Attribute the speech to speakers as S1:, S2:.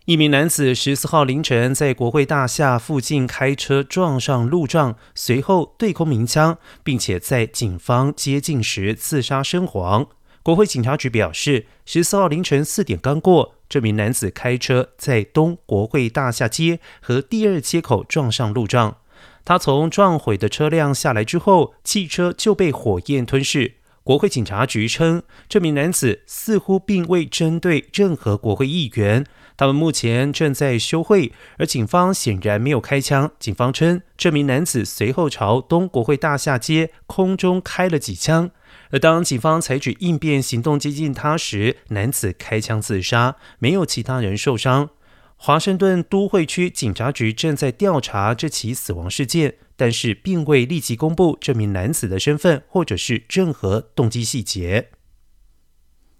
S1: 一名男子14号凌晨在国会大厦附近开车撞上路障，随后对空鸣枪，并且在警方接近时自杀身亡。国会警察局表示，14号凌晨4点刚过，这名男子开车在东国会大厦街和第二街口撞上路障。他从撞毁的车辆下来之后，汽车就被火焰吞噬。国会警察局称，这名男子似乎并未针对任何国会议员，他们目前正在休会，而警方显然没有开枪。警方称，这名男子随后朝东国会大厦街空中开了几枪，而当警方采取应变行动接近他时，男子开枪自杀，没有其他人受伤。华盛顿都会区警察局正在调查这起死亡事件，但是并未立即公布这名男子的身份或者是任何动机细节。